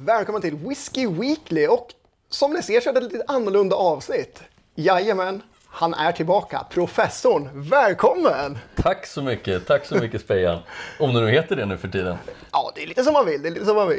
Välkommen till Whiskey Weekly och som ni ser så är det ett lite annorlunda avsnitt. Jajamän, han är tillbaka. Professorn, välkommen! Tack så mycket Spejan. Om du nu heter det nu för tiden. Ja, det är lite som man vill,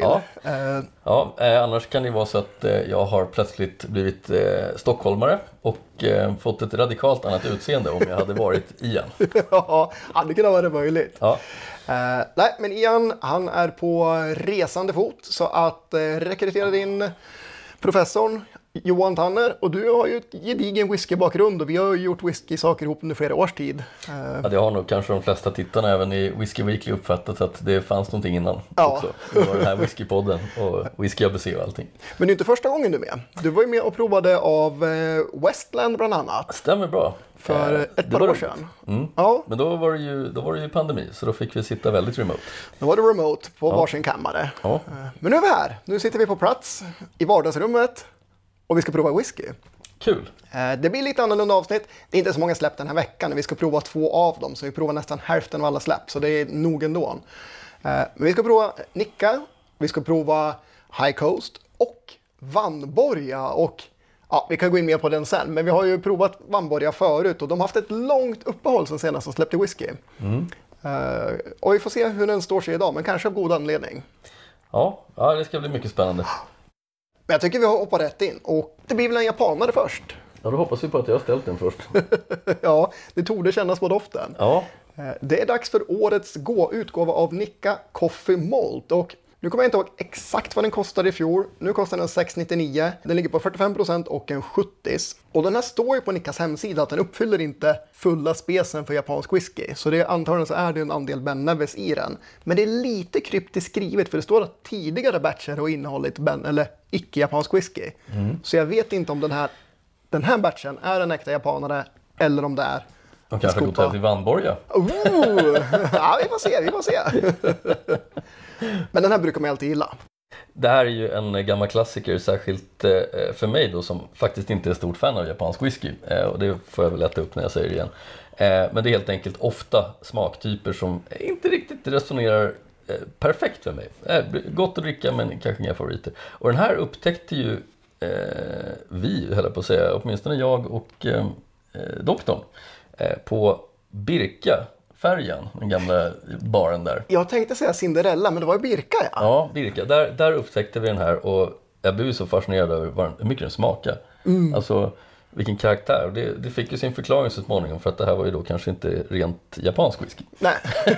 Ja, annars kan det vara så att jag har plötsligt blivit stockholmare och fått ett radikalt annat utseende om jag hade varit Ian. Ja, hade kunnat vara möjligt. Ja. Nej, men Ian, han är på resande fot så att rekrytera din professorn Johan Tanner, och du har ju ett gedigen whiskybakgrund och vi har ju gjort whisky-saker ihop under flera års tid. Ja, det har nog kanske de flesta tittarna även i Whiskey Weekly uppfattat att det fanns någonting innan också. Det var den här whiskypodden och Whisky ABC och allting. Men det är inte första gången du är med. Du var ju med och provade av Westland bland annat. Stämmer bra. För ett par år sedan. Ja. Men då var det ju pandemi, så då fick vi sitta väldigt remote. Då var det remote på varsin kammare. Ja. Men nu är vi här. Nu sitter vi på plats i vardagsrummet. Och vi ska prova whisky. Kul. Det blir lite annorlunda avsnitt. Det är inte så många släpp den här veckan. Vi ska prova 2 av dem. Så vi provar nästan hälften av alla släpp. Så det är nog ändå. Men vi ska prova Nikka. Vi ska prova High Coast. Och Vanborga. Och ja, vi kan gå in mer på den sen. Men vi har ju provat Vanborga förut. Och de har haft ett långt uppehåll sen senast de släppte whisky. Och vi får se hur den står sig idag. Men kanske av god anledning. Ja, det ska bli mycket spännande. Men jag tycker vi har hoppat rätt in. Och det blir väl en japanare först. Ja, då hoppas vi på att jag har ställt den först. Ja, det tog det kännas på doften. Ja. Det är dags för årets utgåva av Nikka Coffee Malt. Och nu kommer jag inte ihåg exakt vad den kostade i fjol. Nu kostar den 6,99. Den ligger på 45% och en 70s. Och den här står ju på Nikkas hemsida att den uppfyller inte fulla specen för japansk whisky. Så det antagligen så är det en andel Ben Nevis i den. Men det är lite kryptiskt skrivet för det står att tidigare batcher har innehållit eller icke-japansk whisky. Så jag vet inte om den här batchen är en äkta japanare eller om det är de kanske har gått till Vanborga. Ja, vi får se. Men den här brukar man alltid gilla. Det här är ju en gammal klassiker, särskilt för mig då som faktiskt inte är stort fan av japansk whisky. Och det får jag väl lätta upp när jag säger det igen. Men det är helt enkelt ofta smaktyper som inte riktigt resonerar perfekt för mig. Gott att dricka men kanske inga favoriter. Och den här upptäckte ju vi, höll jag på att säga, åtminstone jag och doktorn på Birka-färjan, den gamla baren där. Jag tänkte säga Cinderella, men det var ju Birka, ja. Ja, Birka. Där upptäckte vi den här och jag blev så fascinerad över hur mycket den smakar. Alltså, vilken karaktär. Det fick ju sin förklaring så småningom för att det här var ju då kanske inte rent japansk whisky. Nej.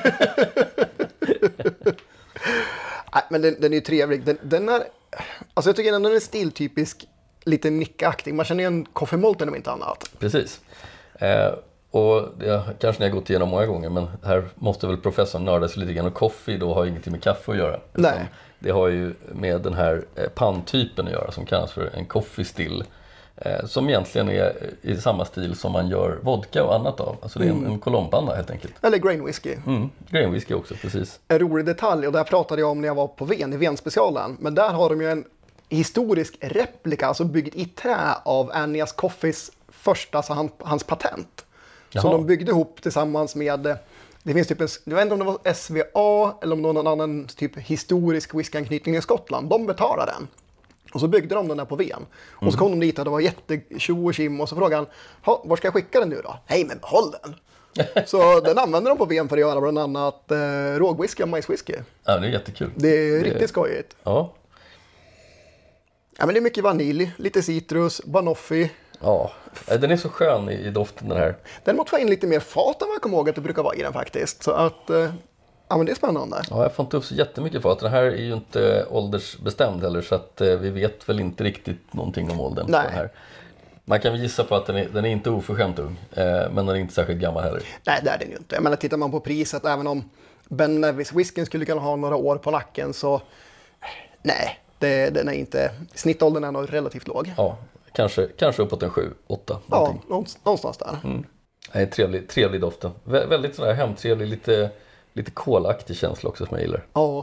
Nej, men den är ju trevlig. Den är, alltså jag tycker den är stiltypisk, lite nickaktig. Man känner igen Coffee Malten om inte annat. Precis. Och det kanske ni har gått igenom många gånger, men här måste väl professorn nörda sig lite grann. Och coffee då har ingenting med kaffe att göra. Nej. Det har ju med den här panntypen att göra som kallas för en coffee still. Som egentligen är i samma stil som man gör vodka och annat av. Alltså det är en kolompanna helt enkelt. Eller grain whisky. Grain whisky också, precis. En rolig detalj, och där pratade jag om när jag var på Ven, i Ven-specialen. Men där har de ju en historisk replika, alltså byggd i trä av Annias Coffees första, alltså hans patent. Jaha. Så de byggde ihop tillsammans med, det finns typ jag vet inte om det var SVA eller om det var någon annan typ historisk whiskyanknytning i Skottland. De betalade den. Och så byggde de den där på Ven. Och så kom de dit och det var jättetjo och kim och så frågade han, var ska jag skicka den nu då? Nej, men behåll den! Så den använder de på Ven för att göra bland annat rågwhisky och majswhisky. Ja, det är jättekul. Det är riktigt skojigt. Ja. Ja, men det är mycket vanilj, lite citrus, banoffee. Ja, den är så skön i doften den här. Den måste få in lite mer fat än vad jag kommer ihåg att det brukar vara i den faktiskt. Så att, ja men det är spännande. Ja, jag får inte upp så jättemycket fat. Den här är ju inte åldersbestämd heller så att vi vet väl inte riktigt någonting om åldern. Nej. På den här. Man kan väl gissa på att den är inte oförskämt ung, men den är inte särskilt gammal heller. Nej, det är den ju inte. Jag menar, tittar man på priset, även om Ben Nevis whiskyn skulle kunna ha några år på nacken så nej, den är inte, snittåldern är nog relativt låg. Ja, kanske uppåt en 7-8. Ja, någonstans där. Nej, trevlig doften. Väldigt sån här hemtrevlig, lite kolaktig känsla också som jag gillar. Ja.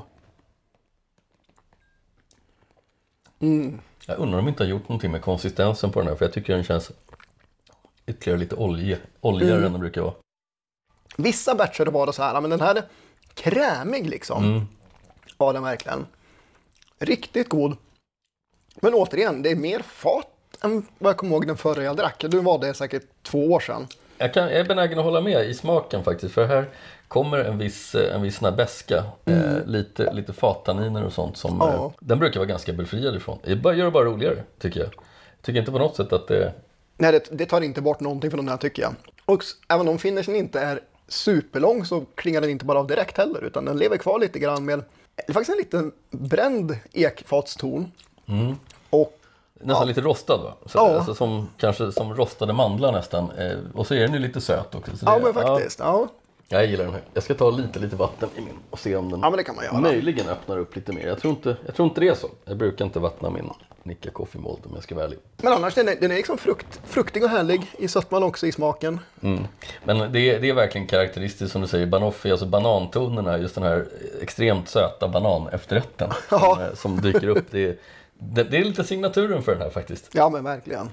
Jag undrar om de inte har gjort någonting med konsistensen på den här, för jag tycker den känns ytterligare lite oljigare än den brukar vara. Vissa batcher var det så här, men den här är krämig liksom. Var den verkligen. Riktigt god. Men återigen, det är mer fat än vad jag kommer ihåg den förra jag drack. Nu var det säkert 2 år sedan. Jag är benägen att hålla med i smaken faktiskt. För här kommer en viss sån här beska. Lite fattanniner och sånt. Som, den brukar vara ganska befriad ifrån. Det gör det bara roligare, tycker jag. Jag tycker inte på något sätt att det... Nej, det tar inte bort någonting från den här, tycker jag. Och även om finishen inte är superlång så klingar den inte bara av direkt heller. Utan den lever kvar lite grann med faktiskt en liten bränd ekfatston. Och nästan lite rostad, va? Så, alltså, som rostade mandlar nästan. Och så är den ju lite söt också. Så men faktiskt. Ja. Jag gillar den här. Jag ska ta lite vatten i min och se om den men det kan man göra. Möjligen öppnar upp lite mer. Jag tror inte det är så. Jag brukar inte vattna min Nikka Coffee Malt om jag ska vara ärlig. Men annars, den är liksom fruktig och härlig i sötman också i smaken. Men det är verkligen karaktäristiskt som du säger. Banoffee, alltså banantonerna, just den här extremt söta bananefterrätten som dyker upp. Det är lite signaturen för den här faktiskt. Ja, men verkligen.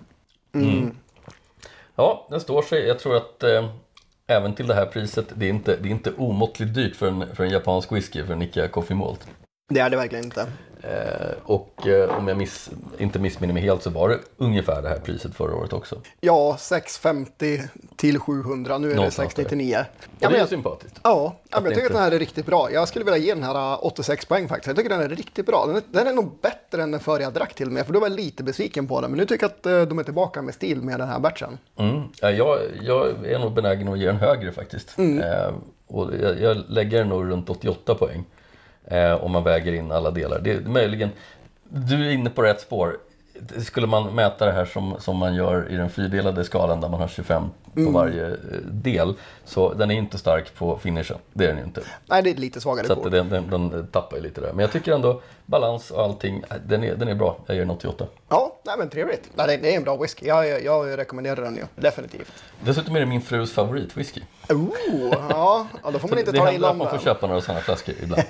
Ja, den står sig. Jag tror att även till det här priset, det är inte omåttligt dyrt för en japansk whisky, för en Nikka Coffee Malt. Det är det verkligen inte. Och om jag inte missminner mig helt så var det ungefär det här priset förra året också. Ja, 650 till 700. Nu är det 699. Ja, det är sympatiskt. Ja, jag tycker att den här är riktigt bra. Jag skulle vilja ge den här 86 poäng faktiskt. Jag tycker den är riktigt bra. Den är nog bättre än den förra jag drack till med. För då var jag lite besviken på den. Men nu tycker jag att de är tillbaka med stil med den här batchen. Ja, jag är nog benägen att ge den högre faktiskt. Och jag lägger nog runt 88 poäng. Om man väger in alla delar. Det är möjligen, du är inne på rätt spår. Skulle man mäta det här som man gör i den 4-delade skalan där man har 25 på varje del, så den är inte stark på finishen. Det är den ju inte. Nej, det är lite svagare så att den tappar ju lite där. Men jag tycker ändå balans och allting, den är bra. Jag ger den 88. Ja, men trevligt. Nej, det är en bra whisky. Jag rekommenderar den ju. Definitivt. Dessutom är det min frus favoritwhisky. Ja, då får man inte ta illa om man får köpa några sådana flaskor ibland.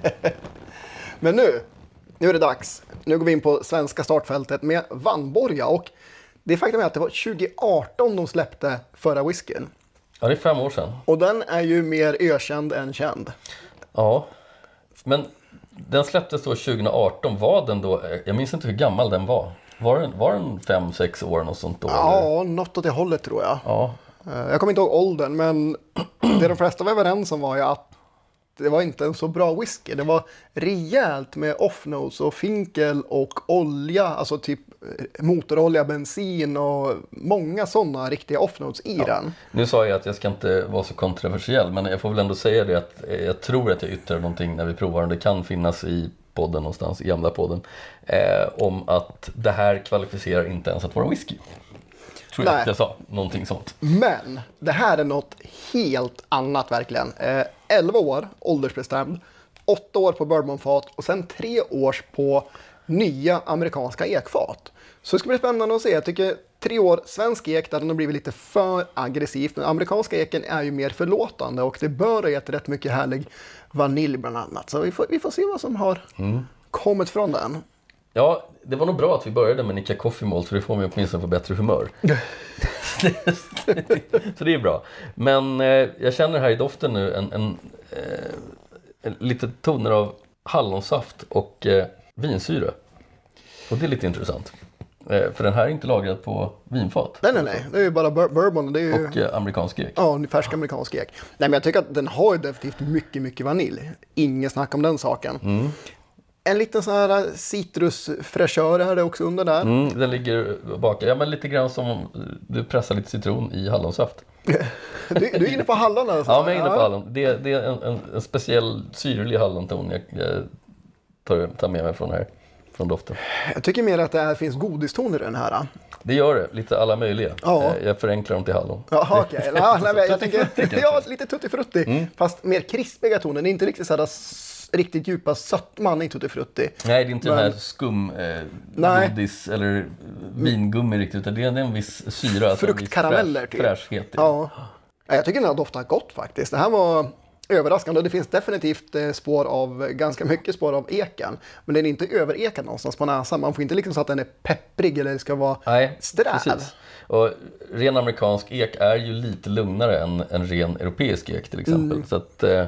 Men nu är det dags. Nu går vi in på svenska startfältet med Vanborga. Och det faktum är att det var 2018 de släppte förra whiskyn. Ja, det är 5 år sedan. Och den är ju mer ökänd än känd. Ja, men den släpptes då 2018. Var den då, jag minns inte hur gammal den var. Var den 5-6 år och sånt då? Ja, eller? något åt det hållet tror jag. Ja. Jag kommer inte ihåg åldern, men det de flesta var överens om var ju att det var inte en så bra whisky. Det var rejält med off-notes och finkel och olja, alltså typ motorolja, bensin och många sådana riktiga off-notes i den. Nu sa jag att jag ska inte vara så kontroversiell, men jag får väl ändå säga det att jag tror att jag yttrar någonting när vi provar den. Det kan finnas i podden någonstans, i gamla podden, om att det här kvalificerar inte ens att vara whisky. Tror jag att jag sa någonting sånt. Men det här är något helt annat verkligen. 11 år åldersbestämd, 8 år på bourbonfat och sen 3 år på nya amerikanska ekfat. Så det ska bli spännande att se. Jag tycker 3 år svensk ek där den har blivit lite för aggressivt. Den amerikanska eken är ju mer förlåtande och det bör ha gett rätt mycket härlig vanilj bland annat. Så vi får se vad som har kommit från den. Ja, det var nog bra att vi började med Nikka Coffee Malt, för det får mig åtminstone på bättre humör. Så det är bra. Men jag känner här i doften nu en lite toner av hallonsaft och vinsyra. Och det är lite intressant. För den här är inte lagrad på vinfat. Nej. Det är ju bara bourbon. Det är ju... Och amerikansk ek. Ja, färsk amerikansk ek. Nej, men jag tycker att den har ju definitivt mycket vanilj. Ingen snack om den saken. En liten sån här citrusfräschör är det också under där. Den ligger bak. Ja, men lite grann som om du pressar lite citron i hallonsaft. Du är inne på hallon alltså? Ja, men jag är inne på hallon. Det är en speciell syrlig hallonton jag tar med mig från doften. Jag tycker mer att det finns godistoner i den här. Det gör det, lite alla möjliga. Ja. Jag förenklar dem till hallon. Jaha, okej. Jag tänker, lite tuttifrutti. Fast mer krispiga toner. Det är inte riktigt sådär riktigt djupa sötman i tuttifrutti. Nej, det är inte den här godis eller vingummi riktigt. Det är en viss syra. Alltså fruktkarameller typ. Fräschhet. Ja. Jag tycker den här doftar gott faktiskt. Det här var överraskande. Det finns definitivt ganska mycket spår av eken. Men den är inte överekad någonstans på näsan. Man får inte liksom så att den är pepprig eller det ska vara sträv. Precis. Och ren amerikansk ek är ju lite lugnare än en ren europeisk ek till exempel. Så att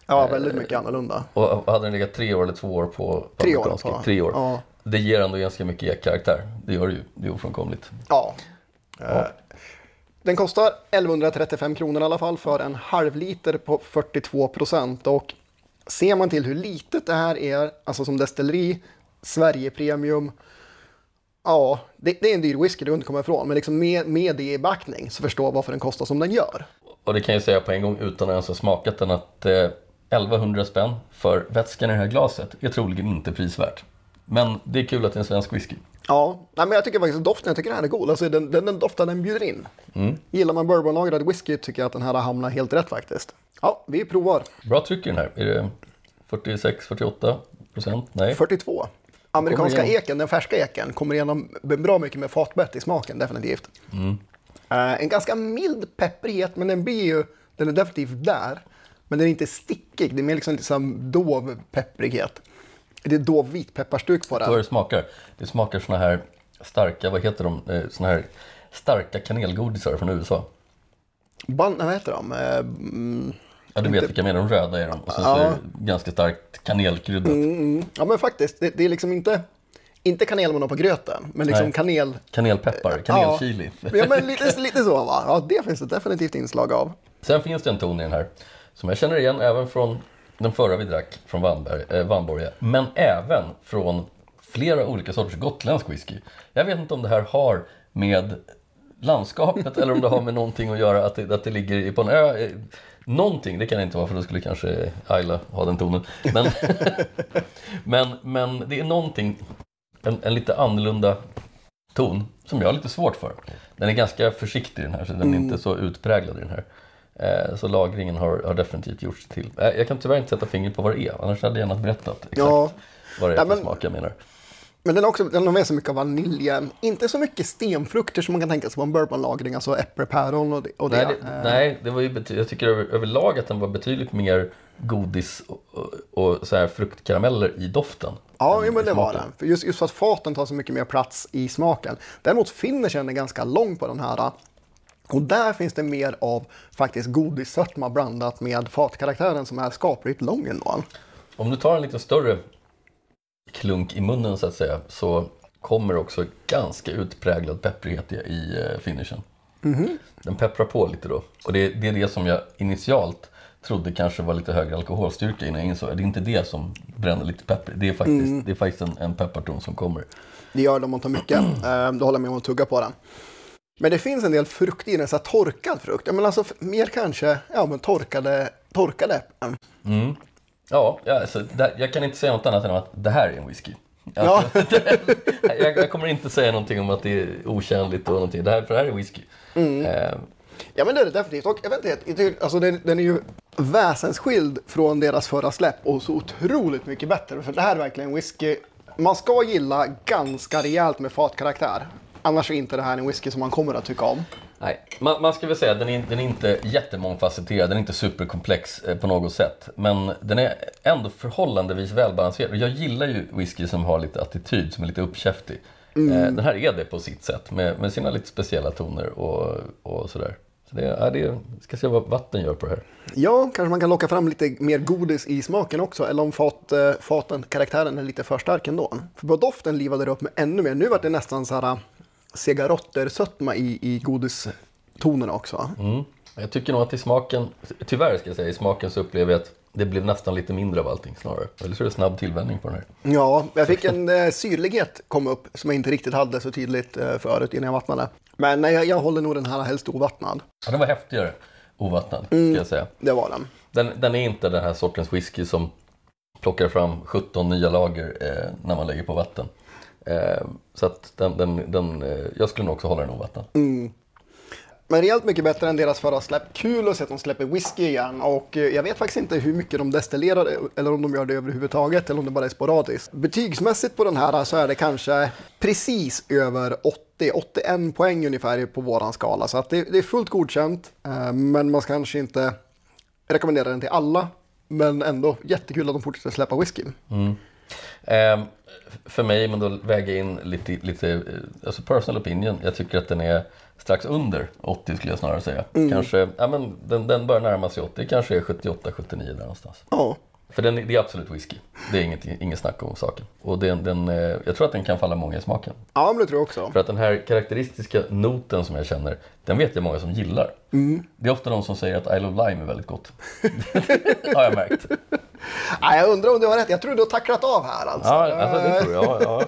Ja, väldigt mycket annorlunda. Och hade den legat 3 år eller 2 år på 3 år amerikansk, på. 3 år. Ja. Det ger ändå ganska mycket ek-karaktär. Det gör det ju. Det är ofrånkomligt. Ja. Den kostar 1135 kronor i alla fall för en halvliter på 42%. Och ser man till hur litet det här är, alltså som destilleri, Sverige Premium, ja, det är en dyr whisky du inte kommer ifrån. Men liksom med det i backning så förstår jag varför den kostar som den gör. Och det kan jag säga på en gång utan att ens ha smakat den att 1100 spänn för vätskan i det här glaset är troligen inte prisvärt. Men det är kul att det är en svensk whisky. Ja, nej, men jag tycker faktiskt att doften, jag tycker den här är god. Alltså den doften den bjuder in. Gillar man bourbonlagrad whisky tycker jag att den här hamnar helt rätt faktiskt. Ja, vi provar. Bra tryck i den här. Är det 46-48%? Nej. 42. Amerikanska eken, den färska eken, kommer igenom bra mycket med fatbett i smaken, definitivt. En ganska mild pepprighet, men den är definitivt där. Men den är inte stickig, det är mer liksom lite som dov pepprighet. Det är dov vitpepparstuk på den. Vad det smakar? Det smakar såna här starka, vad heter de? Såna här starka kanelgodisar från USA. Vad heter de? Ja, du vet vilka jag menar, de röda är de. Och sen så är det ganska starkt kanelkryddat. Ja, men faktiskt, det är liksom inte kanelmonor på gröten, men liksom kanelpeppar, kanelchili. Ja, men lite så va? Ja, det finns det definitivt inslag av. Sen finns det en ton i den här som jag känner igen även från den förra vi drack från Vanborga, men även från flera olika sorters gotländsk whisky. Jag vet inte om det här har med landskapet eller om det har med någonting att göra att det ligger på en ö. Någonting, det kan det inte vara för då skulle kanske Ayla ha den tonen. Men det är någonting, en lite annorlunda ton som jag har lite svårt för. Den är ganska försiktig den här så den är inte så utpräglad i den här. Så lagringen har definitivt gjorts till. Jag kan tyvärr inte sätta fingret på vad det är, annars hade jag gärna berättat exakt vad det är för smak jag menar. Men den har med så mycket av vaniljen. Inte så mycket stenfrukter som man kan tänka sig på en bourbonlagring, alltså äpple, päron och det. Nej, det var ju jag tycker överlag att den var betydligt mer godis och så här fruktkarameller i doften. Ja, men det var den. För just för att faten tar så mycket mer plats i smaken. Däremot finishen är ganska lång på den här. Och där finns det mer av faktiskt godissötma blandat med fatkaraktären som är skapligt lång ändå. Om du tar en lite större klunk i munnen så att säga så kommer också ganska utpräglad pepprighet i finishen. Den pepprar på lite då. Och det är det som jag initialt trodde kanske var lite högre alkoholstyrka innan jag insåg. Det är inte det som bränner lite pepper. Det är faktiskt en pepparton som kommer. Det gör det om man tar mycket. Då håller jag med om att tugga på den. Men det finns en del frukt i den, så här torkad frukt. Men alltså mer kanske, men torkade äpplen. Ja, alltså, jag kan inte säga något annat än att det här är en whisky. Alltså, jag kommer inte säga någonting om att det är otjänligt och någonting. För det här är whisky. Ja, men det är det definitivt. Och jag vet inte, alltså den är ju väsensskild från deras förra släpp och så otroligt mycket bättre. För det här är verkligen whisky. Man ska gilla ganska rejält med fatkaraktär. Annars är inte det här en whisky som man kommer att tycka om. Nej, man ska väl säga att den är inte jättemångfacetterad, den är inte superkomplex på något sätt. Men den är ändå förhållandevis välbalanserad. Jag gillar ju whisky som har lite attityd, som är lite uppkäftig. Den här är det på sitt sätt, med sina lite speciella toner och sådär. Så det ska se vad vatten gör på det här. Ja, kanske man kan locka fram lite mer godis i smaken också. Eller om karaktären är lite för stark ändå. För på doften livade det upp med ännu mer. Nu var det nästan så här cigaretter-sötma i godistonerna också. Jag tycker nog att i smaken, tyvärr ska jag säga, i smaken så upplever jag att det blev nästan lite mindre av allting snarare. Eller så är det snabb tillvänjning på den här. Ja, jag fick en syrlighet kom upp som jag inte riktigt hade så tydligt förut innan jag vattnade. Men nej, jag håller nog den här helst ovattnad. Ja, den var häftigare ovattnad, ska jag säga. Det var den. Den är inte den här sortens whisky som plockar fram 17 nya lager när man lägger på vatten. Så att jag skulle nog också hålla den ovattnad. Men rejält mycket bättre än deras förra släpp. Kul att se att de släpper whisky igen. Och jag vet faktiskt inte hur mycket de destillerar eller om de gör det överhuvudtaget eller om det bara är sporadiskt. Betygsmässigt på den här så är det kanske precis över 81 poäng ungefär på våran skala. Så att det är fullt godkänt. Men man ska kanske inte rekommendera den till alla. Men ändå jättekul att de fortsätter släppa whisky. För mig, men då väga in lite alltså personal opinion. Jag tycker att den är strax under 80 skulle jag snarare säga. Kanske, ja men den bör närma sig 80, kanske är 78-79 där någonstans. Ja. För det är absolut whisky. Det är inget snack om saken. Och jag tror att den kan falla många i smaken. Ja, men det tror jag också. För att den här karaktäristiska noten som jag känner, den vet jag många som gillar. Det är ofta de som säger att I Love Lime är väldigt gott. Har jag märkt. Ja, jag undrar om du har rätt. Jag tror du har tacklat av här alltså. Ja, alltså det tror jag. Ja.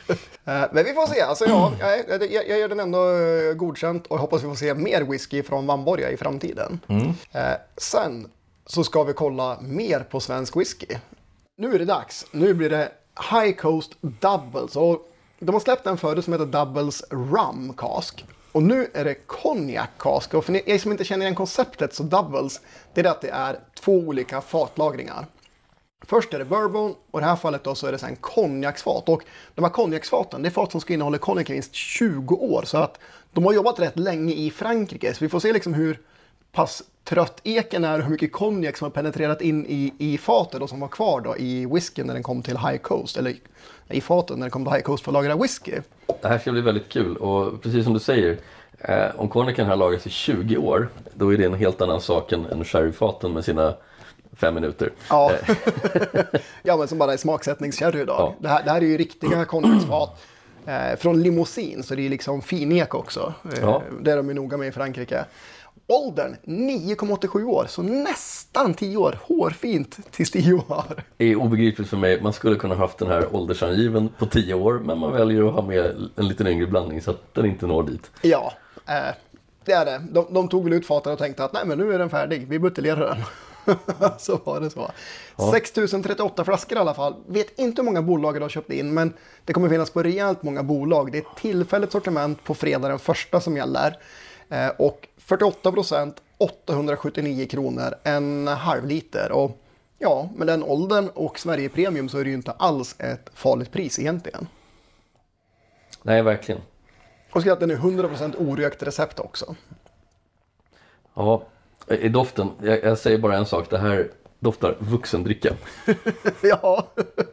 Men vi får se. Alltså, jag gör den ändå godkänt och jag hoppas vi får se mer whisky från Vanborga i framtiden. Sen så ska vi kolla mer på svensk whisky. Nu är det dags. Nu blir det High Coast Doubles. Och de har släppt en förut som heter Doubles Rum Cask. Och nu är det Cognac Cask. Och för er som inte känner igen konceptet så Doubles, det är att det är 2 olika fatlagringar. Först är det bourbon och i det här fallet då så är det sen konjaksfat. Och de här konjaksfaten, det är fat som ska innehålla konjak i minst 20 år. Så att de har jobbat rätt länge i Frankrike. Så vi får se liksom hur pass trött eken är och hur mycket konjak som har penetrerat in i fatet och som var kvar då i whiskyn när den kom till High Coast. Eller i fatet när den kom till High Coast för att lagra whisky. Det här ska bli väldigt kul och precis som du säger, om konjaken här lagras i 20 år, då är det en helt annan sak än sherryfaten med sina 5 minuter. Ja, ja men som bara är smaksättningssherry idag. Ja. Det här är ju riktiga konjaksfat. Från limousin, så det är liksom finek också. Ja. Det är de ju noga med i Frankrike. Åldern 9,87 år, så nästan 10 år. Hårfint till 10 år. Det är obegripligt för mig. Man skulle kunna haft den här åldersangiven på 10 år, men man väljer att ha med en liten yngre blandning så att den inte når dit. Ja, det är det. De tog väl ut faten och tänkte att nej, men nu är den färdig. Vi buteljerar den. Så var det så. Ja. 6038 flaskor i alla fall. Vet inte hur många bolag de har köpt in, men det kommer finnas på rejält många bolag. Det är ett tillfälligt sortiment på fredag den första som gäller. Och 48%, 879 kronor, en halv liter. Och ja, med den åldern och Sverige Premium så är det ju inte alls ett farligt pris egentligen. Nej, verkligen. Och så att den är 100% orökt recept också. Ja, i doften, jag säger bara en sak, det här doftar vuxendricka. Ja.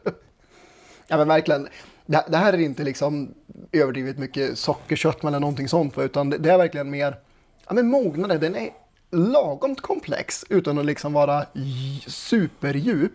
Ja men verkligen, det här är inte liksom överdrivet mycket sockerkött eller någonting sånt, utan det är verkligen mer, ja men mognaden, den är lagomt komplex utan att liksom vara superdjup.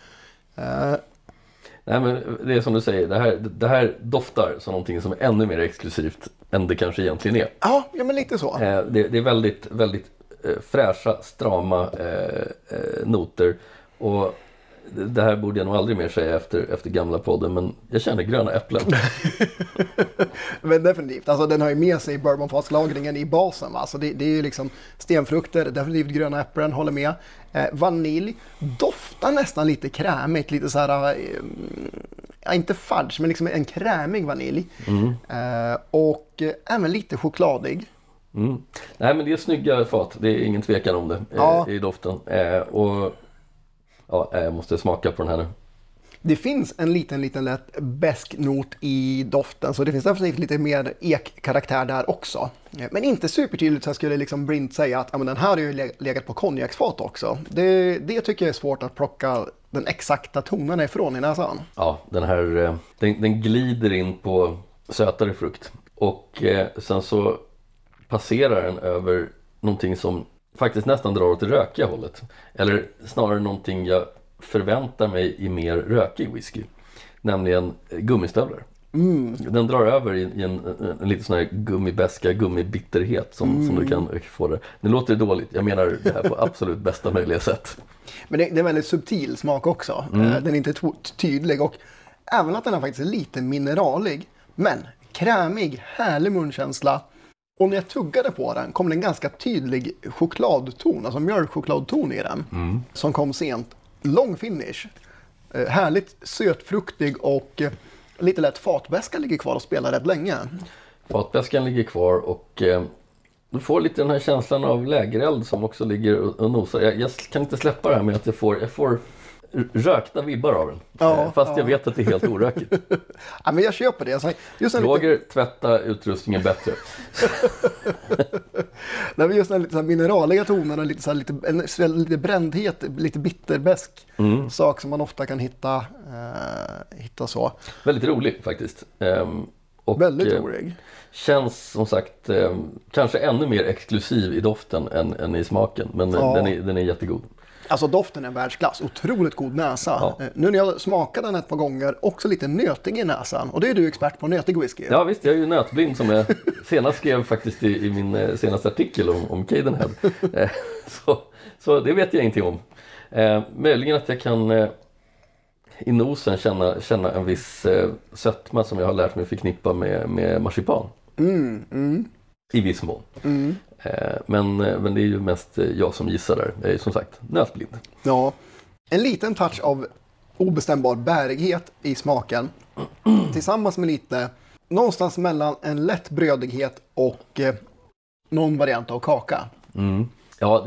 Nej men det är som du säger, det här doftar som någonting som är ännu mer exklusivt än det kanske egentligen är. Ja men lite så. Det är väldigt, väldigt fräscha, strama noter och det här borde jag nog aldrig mer säga efter gamla podden, men jag känner gröna äpplen. Men definitivt, alltså den har ju med sig bourbonfatslagringen i basen, va? Alltså det är ju liksom stenfrukter, definitivt gröna äpplen, håller med. Vanilj, doftar nästan lite krämigt, lite så här, inte fudge, men liksom en krämig vanilj. Och även lite chokladig. Nej men det är snygga fat, det är ingen tvekan om det i doften. Och ja, jag måste smaka på den här nu. Det finns en liten lätt besk not i doften, så det finns definitivt lite mer ek-karaktär där också. Men inte supertydligt så jag skulle liksom blint säga att men den här har ju legat på konjaksfat också. Det tycker jag är svårt att plocka den exakta tonen ifrån i näsan. Ja, den här den glider in på sötare frukt och sen så passerar den över någonting som faktiskt nästan drar åt det rökiga hållet. Eller snarare någonting jag förväntar mig i mer rökig whisky. Nämligen gummistövlar. Den drar över i en lite sån här gummibäska, gummibitterhet som du kan få där. Det låter dåligt, jag menar det här på absolut bästa möjliga sätt. Men det är en väldigt subtil smak också. Den är inte tydlig och även att den är faktiskt lite mineralig. Men krämig, härlig munkänsla. Och när jag tuggade på den kom det en ganska tydlig chokladton, alltså mjölkchokladton i den. Som kom sent. Lång finish. Härligt sötfruktig och lite lätt fatbäska ligger kvar och spelar rätt länge. Fatbäskan ligger kvar och du får lite den här känslan av lägereld som också ligger och nosar. Jag kan inte släppa det här med att jag får rökta vibbar av den. Fast jag vet att det är helt orökigt. Ja, men jag köper det. Alltså, Roger, tvätta utrustningen bättre. Nej, men just den lite så här mineraliga tonerna, lite brändhet, lite bitterbäsk sak som man ofta kan hitta vitt och så. Väldigt rolig faktiskt. Och Väldigt rolig. Känns som sagt kanske ännu mer exklusiv i doften än i smaken. Men den är jättegod. Alltså doften är världsklass, otroligt god näsa. Ja. Nu när jag smakade den ett par gånger, också lite nötig i näsan. Och det är du expert på nötig whisky. Ja visst, jag är ju nötblind som jag senast skrev faktiskt i min senaste artikel om Cadenhead. Så det vet jag ingenting om. Möjligen att jag kan i nosen känna en viss sötma som jag har lärt mig förknippa med marsipan. I viss mån. Men det är ju mest jag som gissar där. Jag är som sagt nötblind. Ja, en liten touch av obestämbar bärighet i smaken. Tillsammans med lite, någonstans mellan en lätt brödighet och någon variant av kaka. Ja,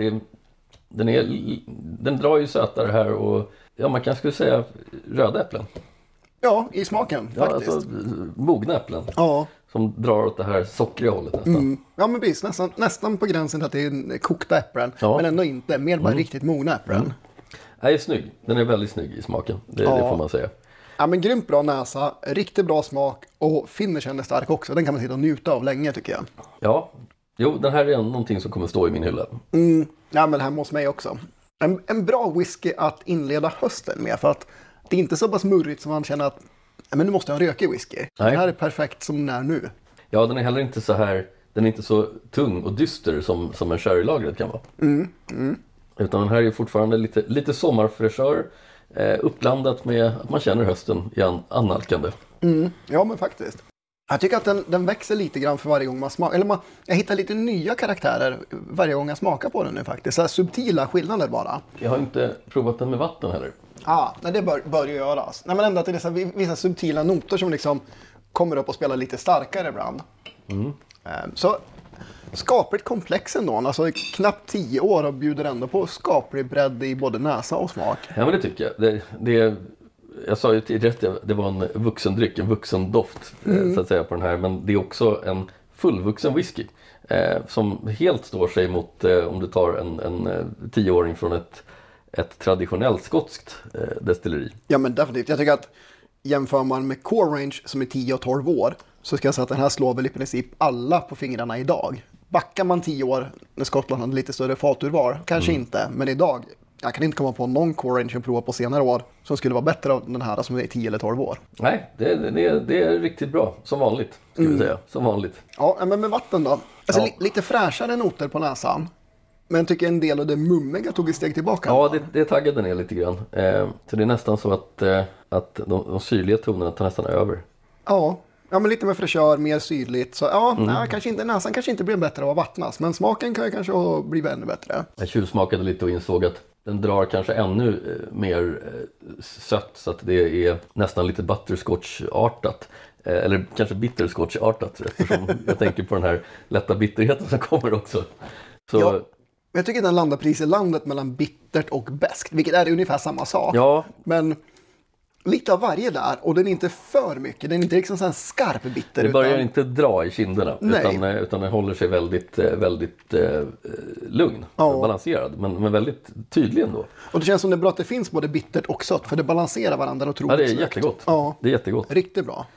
den drar ju sötare här och ja, man kanske skulle säga röda äpplen. Ja, i smaken faktiskt. Alltså, mogna äpplen. Ja. Som drar åt det här sockriga hållet nästan. Ja, men precis. Nästan på gränsen till att det är kokta äpplen. Ja. Men ändå inte. Mer bara riktigt mogna äpplen. Den är snygg. Den är väldigt snygg i smaken. Det får man säga. Ja, men grymt bra näsa. Riktigt bra smak. Och finishen är stark också. Den kan man sitta och njuta av länge tycker jag. Ja. Jo, den här är någonting som kommer stå i min hylla. Ja, men hemma hos mig också. En bra whisky att inleda hösten med. För att det är inte så pass murrigt som man känner att men nu måste jag ha en rökig whisky. Nej. Den här är perfekt som den är nu. Ja, den är heller inte så här. Den är inte så tung och dyster som en sherrylagret kan vara. Utan den här är fortfarande lite sommarfräschör. Uppblandat med att man känner hösten i annalkande. Ja, men faktiskt. Jag tycker att den växer lite grann för varje gång man smakar. Eller jag hittar lite nya karaktärer varje gång jag smakar på den nu faktiskt. Så här subtila skillnader bara. Jag har inte provat den med vatten heller. Nej, det bör ju göras. Nej, men ändå att det är så vissa subtila noter som liksom kommer upp och spelar lite starkare ibland. Så skapligt komplex ändå. Alltså knappt 10 år och bjuder ändå på skaplig bredd i både näsa och smak. Ja, men det tycker jag. Jag sa ju tidigare att det var en vuxendryck, en vuxendoft så att säga på den här. Men det är också en fullvuxen whisky som helt står sig mot om du tar en 10-åring från ett traditionellt skotskt destilleri. Ja, men definitivt. Jag tycker att jämför man med Core Range som är 10 och 12 år så ska jag säga att den här slår väl i princip alla på fingrarna idag. Backar man 10 år när Skottland hade lite större faturval, kanske inte, men idag jag kan inte komma på någon Core Range jag provat på senare år som skulle vara bättre av den här som är 10 eller 12 år. Nej, det är riktigt bra. Som vanligt, ska vi säga. Som vanligt. Ja, men med vatten då. Alltså lite fräschare noter på näsan. Men jag tycker en del av det mummiga tog ett steg tillbaka. Ja, det taggade ner lite grann. Så det är nästan så att de syrliga tonerna tar nästan över. Ja, men lite med fräschör, mer syrligt. Så kanske inte, näsan kanske inte blir bättre av att vattnas. Men smaken kan ju kanske bli ännu bättre. Jag tjuvsmakade lite och insåg att den drar kanske ännu mer sött. Så att det är nästan lite butterscotch-artat. Eller kanske bitterscotch-artat. Eftersom jag tänker på den här lätta bitterheten som kommer också. Så... Ja. Jag tycker att den landar precis i landet mellan bittert och beskt, vilket är ungefär samma sak. Ja. Men lite av varje där, och den är inte för mycket, den är inte liksom så här skarp bitter. Det börjar inte dra i kinderna, utan den håller sig väldigt lugn, balanserad, men väldigt tydlig ändå. Och det känns som det är bra att det finns både bittert och sött, för det balanserar varandra otroligt. Ja, det är jättegott. Ja. Det är jättegott. Riktigt bra.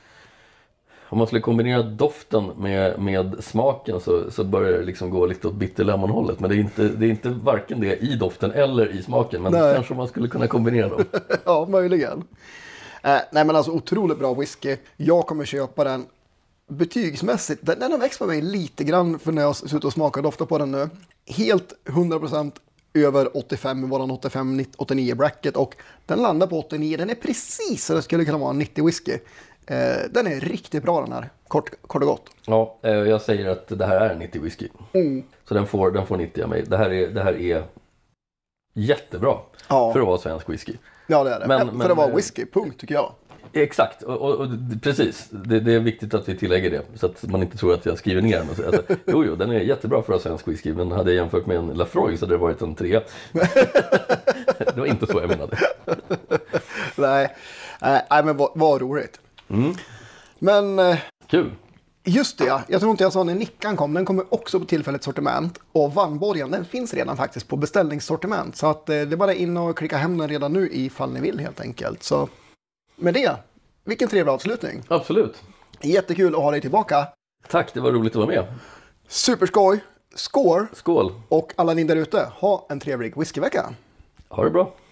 Om man skulle kombinera doften med smaken så börjar det liksom gå lite åt bitterlemonhållet. Men det är inte varken det i doften eller i smaken. Men kanske man skulle kunna kombinera dem. Ja, möjligen. Nej, men alltså otroligt bra whisky. Jag kommer köpa den betygsmässigt. Den har växt på mig lite grann för när jag suttit och smakar och doftar på den nu. Helt 100% över 85 i våran 85-89 bracket. Och den landar på 89. Den är precis så det skulle kunna vara en 90 whisky. Den är riktigt bra den här, kort och gott. Ja, jag säger att det här är en 90 whisky. Så den får 90 av mig. Det här är jättebra för att vara svensk whisky. Ja, det är det. Men för att vara whisky, punkt tycker jag. Exakt, och precis. Det är viktigt att vi tillägger det. Så att man inte tror att jag skriver ner den. Alltså, jo, den är jättebra för att vara svensk whisky. Men hade jag jämfört med en Lafroig så hade det varit en 3. Det var inte så jag menade. Nej, men vad roligt. Men... Kul. Just det, jag tror inte jag sa när Nickan kom. Den kommer också på tillfälligt sortiment. Och Vannborgen, den finns redan faktiskt på beställningssortiment. Så att det är bara in och klicka hem den redan nu ifall ni vill helt enkelt. Så med det, Vilken trevlig avslutning. Absolut. Jättekul att ha dig tillbaka. Tack, det var roligt att vara med. Superskoj. Skål. Skål. Och alla ni där ute, ha en trevlig whiskyvecka. Ha det bra.